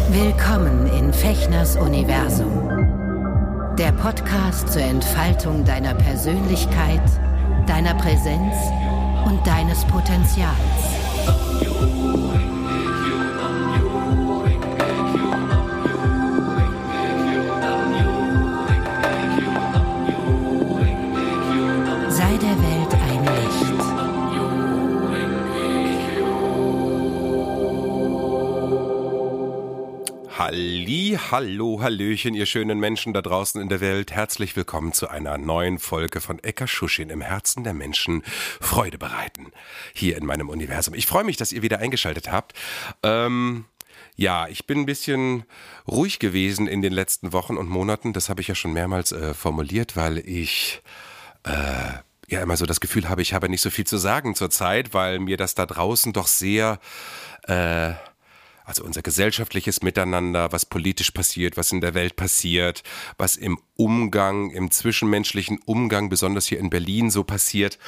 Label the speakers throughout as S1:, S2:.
S1: Willkommen in Fechners Universum. Der Podcast zur Entfaltung deiner Persönlichkeit, deiner Präsenz und deines Potenzials. Sei der Welt ein Licht.
S2: Hallo, hallöchen, ihr schönen Menschen da draußen in der Welt. Herzlich willkommen zu einer neuen Folge von Ekaschushin im Herzen der Menschen Freude bereiten. Hier in meinem Universum. Ich freue mich, dass ihr wieder eingeschaltet habt. Ich bin ein bisschen ruhig gewesen in den letzten Wochen und Monaten. Das habe ich ja schon mehrmals formuliert, weil ich immer so das Gefühl habe, ich habe nicht so viel zu sagen zurzeit, weil mir das da draußen doch sehr... Also unser gesellschaftliches Miteinander, was politisch passiert, was in der Welt passiert, was im Umgang, im zwischenmenschlichen Umgang, besonders hier in Berlin so passiert,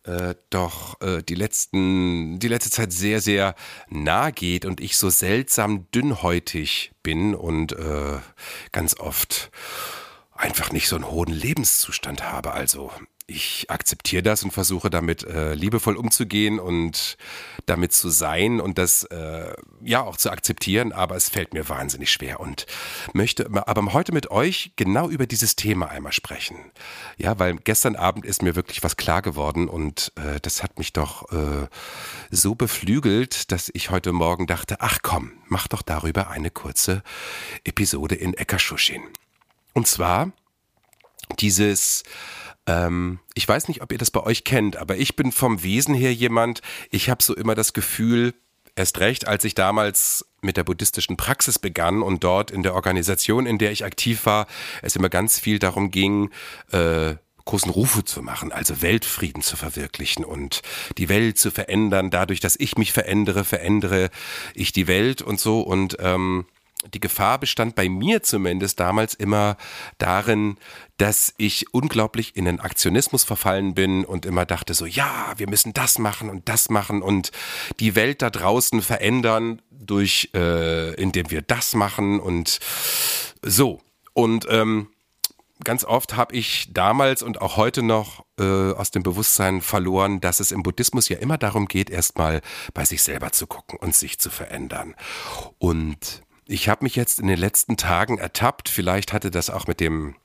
S2: die letzte Zeit sehr, sehr nah geht und ich so seltsam dünnhäutig bin und ganz oft einfach nicht so einen hohen Lebenszustand habe. Also ich akzeptiere das und versuche damit liebevoll umzugehen und damit zu sein und das auch zu akzeptieren, aber es fällt mir wahnsinnig schwer und möchte aber heute mit euch genau über dieses Thema einmal sprechen. Ja, weil gestern Abend ist mir wirklich was klar geworden und das hat mich doch so beflügelt, dass ich heute Morgen dachte, ach komm, mach doch darüber eine kurze Episode in Ekaschushin. Und zwar dieses... ich weiß nicht, ob ihr das bei euch kennt, aber ich bin vom Wesen her jemand, ich habe so immer das Gefühl, erst recht, als ich damals mit der buddhistischen Praxis begann und dort in der Organisation, in der ich aktiv war, es immer ganz viel darum ging, großen Rufe zu machen, also Weltfrieden zu verwirklichen und die Welt zu verändern. Dadurch, dass ich mich verändere ich die Welt und so und die Gefahr bestand bei mir zumindest damals immer darin, dass ich unglaublich in den Aktionismus verfallen bin und immer dachte so, ja, wir müssen das machen und die Welt da draußen verändern indem wir das machen und so. Und ganz oft habe ich damals und auch heute noch aus dem Bewusstsein verloren, dass es im Buddhismus ja immer darum geht, erstmal bei sich selber zu gucken und sich zu verändern. Und ich habe mich jetzt in den letzten Tagen ertappt, vielleicht hatte das auch mit dem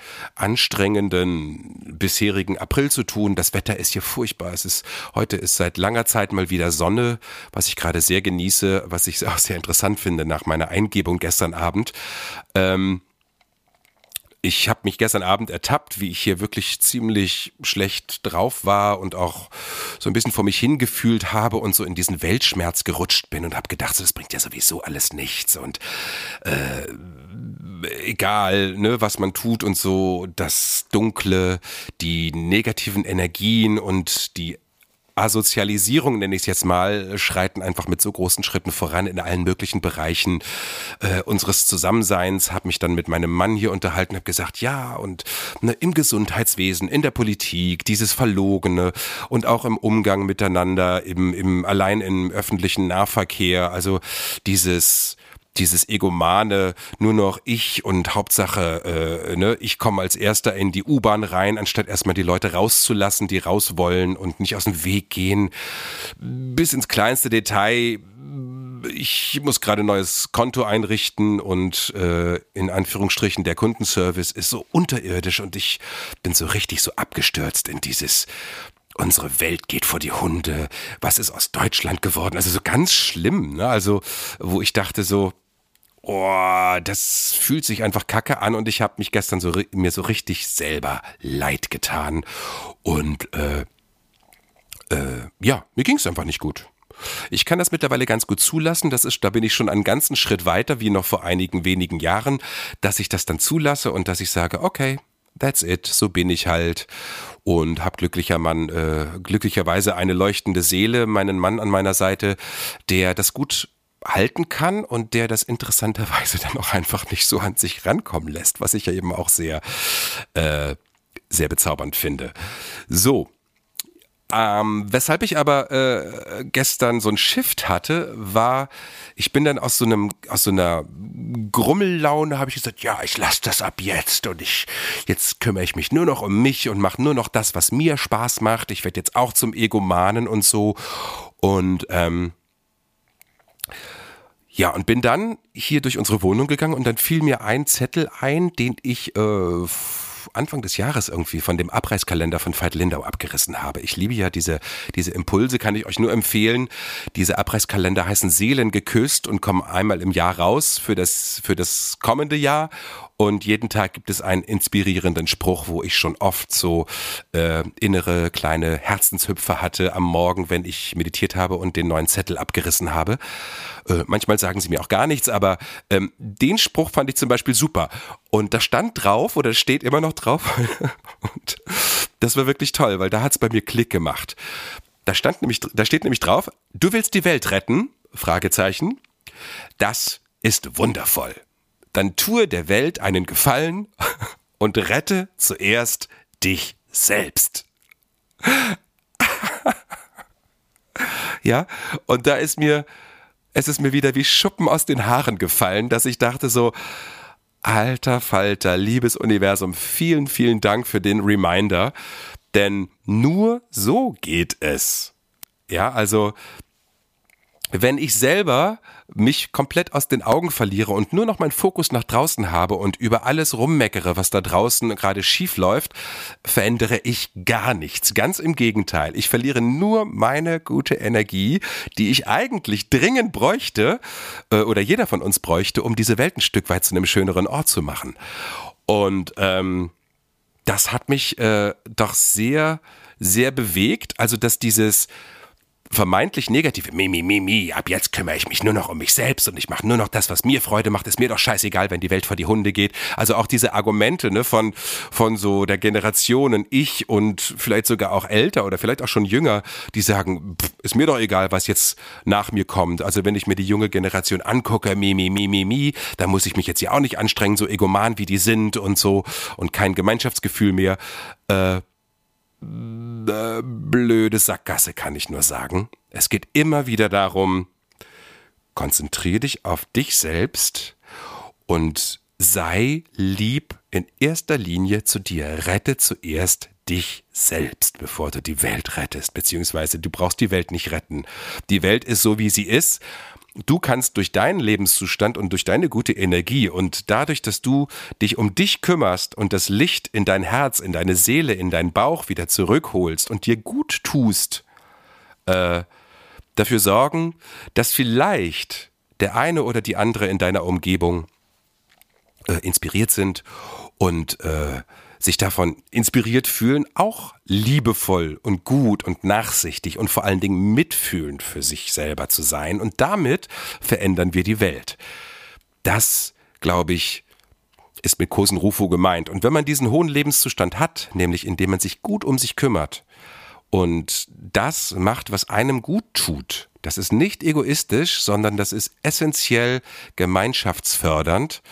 S2: anstrengenden bisherigen April zu tun. Das Wetter ist hier furchtbar. Heute ist seit langer Zeit mal wieder Sonne, was ich gerade sehr genieße, was ich auch sehr interessant finde nach meiner Eingebung gestern Abend. Ich habe mich gestern Abend ertappt, wie ich hier wirklich ziemlich schlecht drauf war und auch so ein bisschen vor mich hingefühlt habe und so in diesen Weltschmerz gerutscht bin und habe gedacht, so, das bringt ja sowieso alles nichts und egal, ne, was man tut und so, das Dunkle, die negativen Energien und die Asozialisierung, nenne ich es jetzt mal, schreiten einfach mit so großen Schritten voran in allen möglichen Bereichen unseres Zusammenseins. Habe mich dann mit meinem Mann hier unterhalten, habe gesagt, ja, und im Gesundheitswesen, in der Politik, dieses Verlogene und auch im Umgang miteinander, allein im öffentlichen Nahverkehr, also dieses Egomane, nur noch ich und Hauptsache, ich komme als Erster in die U-Bahn rein, anstatt erstmal die Leute rauszulassen, die raus wollen und nicht aus dem Weg gehen. Bis ins kleinste Detail. Ich muss gerade ein neues Konto einrichten und in Anführungsstrichen der Kundenservice ist so unterirdisch und ich bin so richtig so abgestürzt in dieses... Unsere Welt geht vor die Hunde. Was ist aus Deutschland geworden? Also so ganz schlimm, ne? Also wo ich dachte so, das fühlt sich einfach kacke an und ich habe mich gestern mir so richtig selber leid getan und mir ging es einfach nicht gut. Ich kann das mittlerweile ganz gut zulassen, da bin ich schon einen ganzen Schritt weiter wie noch vor einigen wenigen Jahren, dass ich das dann zulasse und dass ich sage, okay, that's it, so bin ich halt und habe glücklicherweise eine leuchtende Seele, meinen Mann an meiner Seite, der das gut halten kann und der das interessanterweise dann auch einfach nicht so an sich rankommen lässt, was ich ja eben auch sehr, sehr bezaubernd finde. So, weshalb ich aber gestern so einen Shift hatte, war, ich bin dann aus so einer Grummellaune habe ich gesagt, ja, ich lasse das ab jetzt und jetzt kümmere ich mich nur noch um mich und mache nur noch das, was mir Spaß macht. Ich werde jetzt auch zum Egomanen und so. Und ja, und bin dann hier durch unsere Wohnung gegangen und dann fiel mir ein Zettel ein, den ich Anfang des Jahres irgendwie von dem Abreißkalender von Veit Lindau abgerissen habe. Ich liebe ja diese Impulse, kann ich euch nur empfehlen. Diese Abreißkalender heißen Seelen geküsst und kommen einmal im Jahr raus für das kommende Jahr. Und jeden Tag gibt es einen inspirierenden Spruch, wo ich schon oft so innere kleine Herzenshüpfer hatte am Morgen, wenn ich meditiert habe und den neuen Zettel abgerissen habe. Manchmal sagen sie mir auch gar nichts, aber den Spruch fand ich zum Beispiel super. Und da stand drauf, oder steht immer noch drauf, und das war wirklich toll, weil da hat es bei mir Klick gemacht. Da steht nämlich drauf, du willst die Welt retten? Fragezeichen. Das ist wundervoll. Dann tue der Welt einen Gefallen und rette zuerst dich selbst. Ja, und es ist mir wieder wie Schuppen aus den Haaren gefallen, dass ich dachte so, alter Falter, liebes Universum, vielen, vielen Dank für den Reminder, denn nur so geht es. Ja, also wenn ich selber mich komplett aus den Augen verliere und nur noch meinen Fokus nach draußen habe und über alles rummeckere, was da draußen gerade schief läuft, verändere ich gar nichts. Ganz im Gegenteil. Ich verliere nur meine gute Energie, die ich eigentlich dringend bräuchte, oder jeder von uns bräuchte, um diese Welt ein Stück weit zu einem schöneren Ort zu machen. Und das hat mich doch sehr, sehr bewegt. Also, dass dieses vermeintlich negative, ab jetzt kümmere ich mich nur noch um mich selbst und ich mache nur noch das, was mir Freude macht, ist mir doch scheißegal, wenn die Welt vor die Hunde geht. Also auch diese Argumente, ne, von so der Generationen ich und vielleicht sogar auch älter oder vielleicht auch schon jünger, die sagen, ist mir doch egal, was jetzt nach mir kommt. Also wenn ich mir die junge Generation angucke, da muss ich mich jetzt ja auch nicht anstrengen, so egoman wie die sind und so und kein Gemeinschaftsgefühl mehr. Blöde Sackgasse, kann ich nur sagen. Es geht immer wieder darum, konzentriere dich auf dich selbst und sei lieb in erster Linie zu dir. Rette zuerst dich selbst, bevor du die Welt rettest, beziehungsweise du brauchst die Welt nicht retten. Die Welt ist so, wie sie ist. Du kannst durch deinen Lebenszustand und durch deine gute Energie und dadurch, dass du dich um dich kümmerst und das Licht in dein Herz, in deine Seele, in deinen Bauch wieder zurückholst und dir gut tust, dafür sorgen, dass vielleicht der eine oder die andere in deiner Umgebung inspiriert sind und sich davon inspiriert fühlen, auch liebevoll und gut und nachsichtig und vor allen Dingen mitfühlend für sich selber zu sein. Und damit verändern wir die Welt. Das, glaube ich, ist mit Kosen Rufo gemeint. Und wenn man diesen hohen Lebenszustand hat, nämlich indem man sich gut um sich kümmert und das macht, was einem gut tut, das ist nicht egoistisch, sondern das ist essentiell gemeinschaftsfördernd,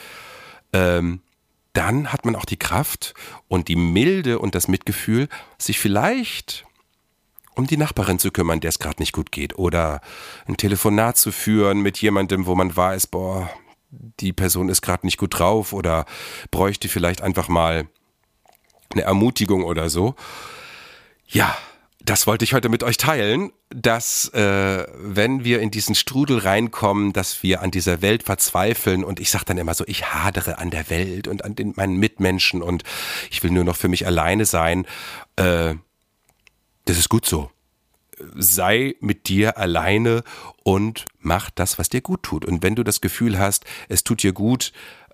S2: dann hat man auch die Kraft und die Milde und das Mitgefühl, sich vielleicht um die Nachbarin zu kümmern, der es gerade nicht gut geht, oder ein Telefonat zu führen mit jemandem, wo man weiß, boah, die Person ist gerade nicht gut drauf oder bräuchte vielleicht einfach mal eine Ermutigung oder so. Ja, das wollte ich heute mit euch teilen, dass wenn wir in diesen Strudel reinkommen, dass wir an dieser Welt verzweifeln und ich sage dann immer so, ich hadere an der Welt und an meinen Mitmenschen und ich will nur noch für mich alleine sein, das ist gut so. Sei mit dir alleine und mach das, was dir gut tut. Und wenn du das Gefühl hast, es tut dir gut,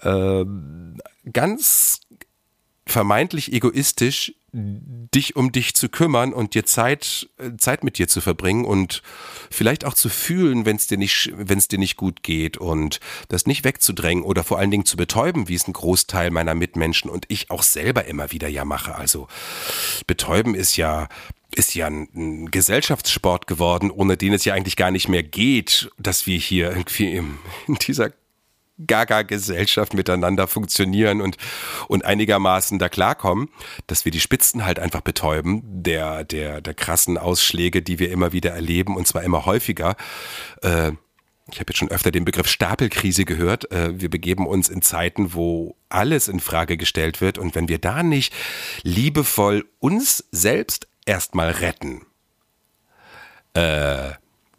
S2: ganz vermeintlich egoistisch dich um dich zu kümmern und dir Zeit mit dir zu verbringen und vielleicht auch zu fühlen, wenn es dir nicht gut geht und das nicht wegzudrängen oder vor allen Dingen zu betäuben, wie es ein Großteil meiner Mitmenschen und ich auch selber immer wieder ja mache. Also betäuben ist ja ein Gesellschaftssport geworden, ohne den es ja eigentlich gar nicht mehr geht, dass wir hier irgendwie in dieser Gaga-Gesellschaft miteinander funktionieren und einigermaßen da klarkommen, dass wir die Spitzen halt einfach betäuben, der krassen Ausschläge, die wir immer wieder erleben und zwar immer häufiger. Ich habe jetzt schon öfter den Begriff Stapelkrise gehört. Wir begeben uns in Zeiten, wo alles in Frage gestellt wird. Und wenn wir da nicht liebevoll uns selbst erstmal retten, dann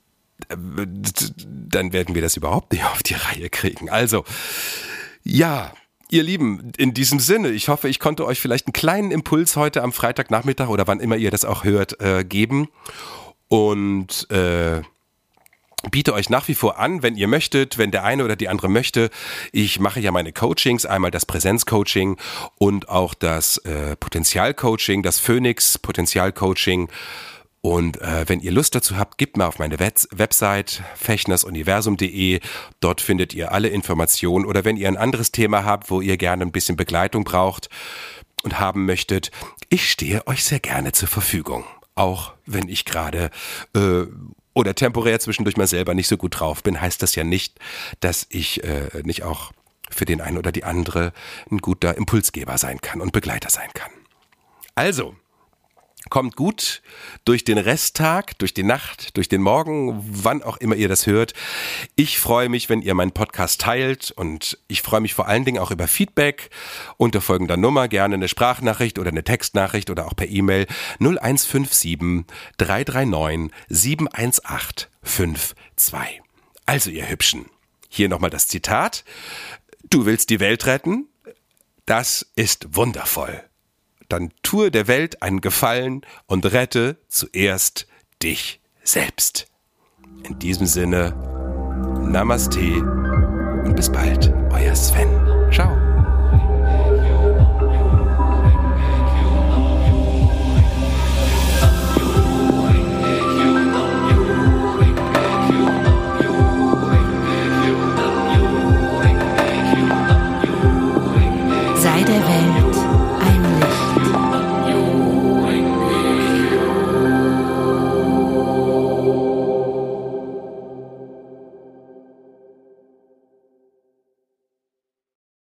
S2: werden wir das überhaupt nicht auf die Reihe kriegen. Also, ja, ihr Lieben, in diesem Sinne, ich hoffe, ich konnte euch vielleicht einen kleinen Impuls heute am Freitagnachmittag oder wann immer ihr das auch hört, geben. Und biete euch nach wie vor an, wenn ihr möchtet, wenn der eine oder die andere möchte. Ich mache ja meine Coachings, einmal das Präsenzcoaching und auch das Potenzialcoaching, das Phoenix Potenzialcoaching. Und wenn ihr Lust dazu habt, gebt mal auf meine Website fechnersuniversum.de. Dort findet ihr alle Informationen. Oder wenn ihr ein anderes Thema habt, wo ihr gerne ein bisschen Begleitung braucht und haben möchtet, ich stehe euch sehr gerne zur Verfügung. Auch wenn ich gerade oder temporär zwischendurch mal selber nicht so gut drauf bin, heißt das ja nicht, dass ich nicht auch für den einen oder die andere ein guter Impulsgeber sein kann und Begleiter sein kann. Also, kommt gut durch den Resttag, durch die Nacht, durch den Morgen, wann auch immer ihr das hört. Ich freue mich, wenn ihr meinen Podcast teilt und ich freue mich vor allen Dingen auch über Feedback unter folgender Nummer, gerne eine Sprachnachricht oder eine Textnachricht oder auch per E-Mail 0157 339 718 52. Also ihr Hübschen, hier nochmal das Zitat. Du willst die Welt retten? Das ist wundervoll. Dann tue der Welt einen Gefallen und rette zuerst dich selbst. In diesem Sinne, Namaste und bis bald, euer Sven. Ciao.
S1: Sei der Welt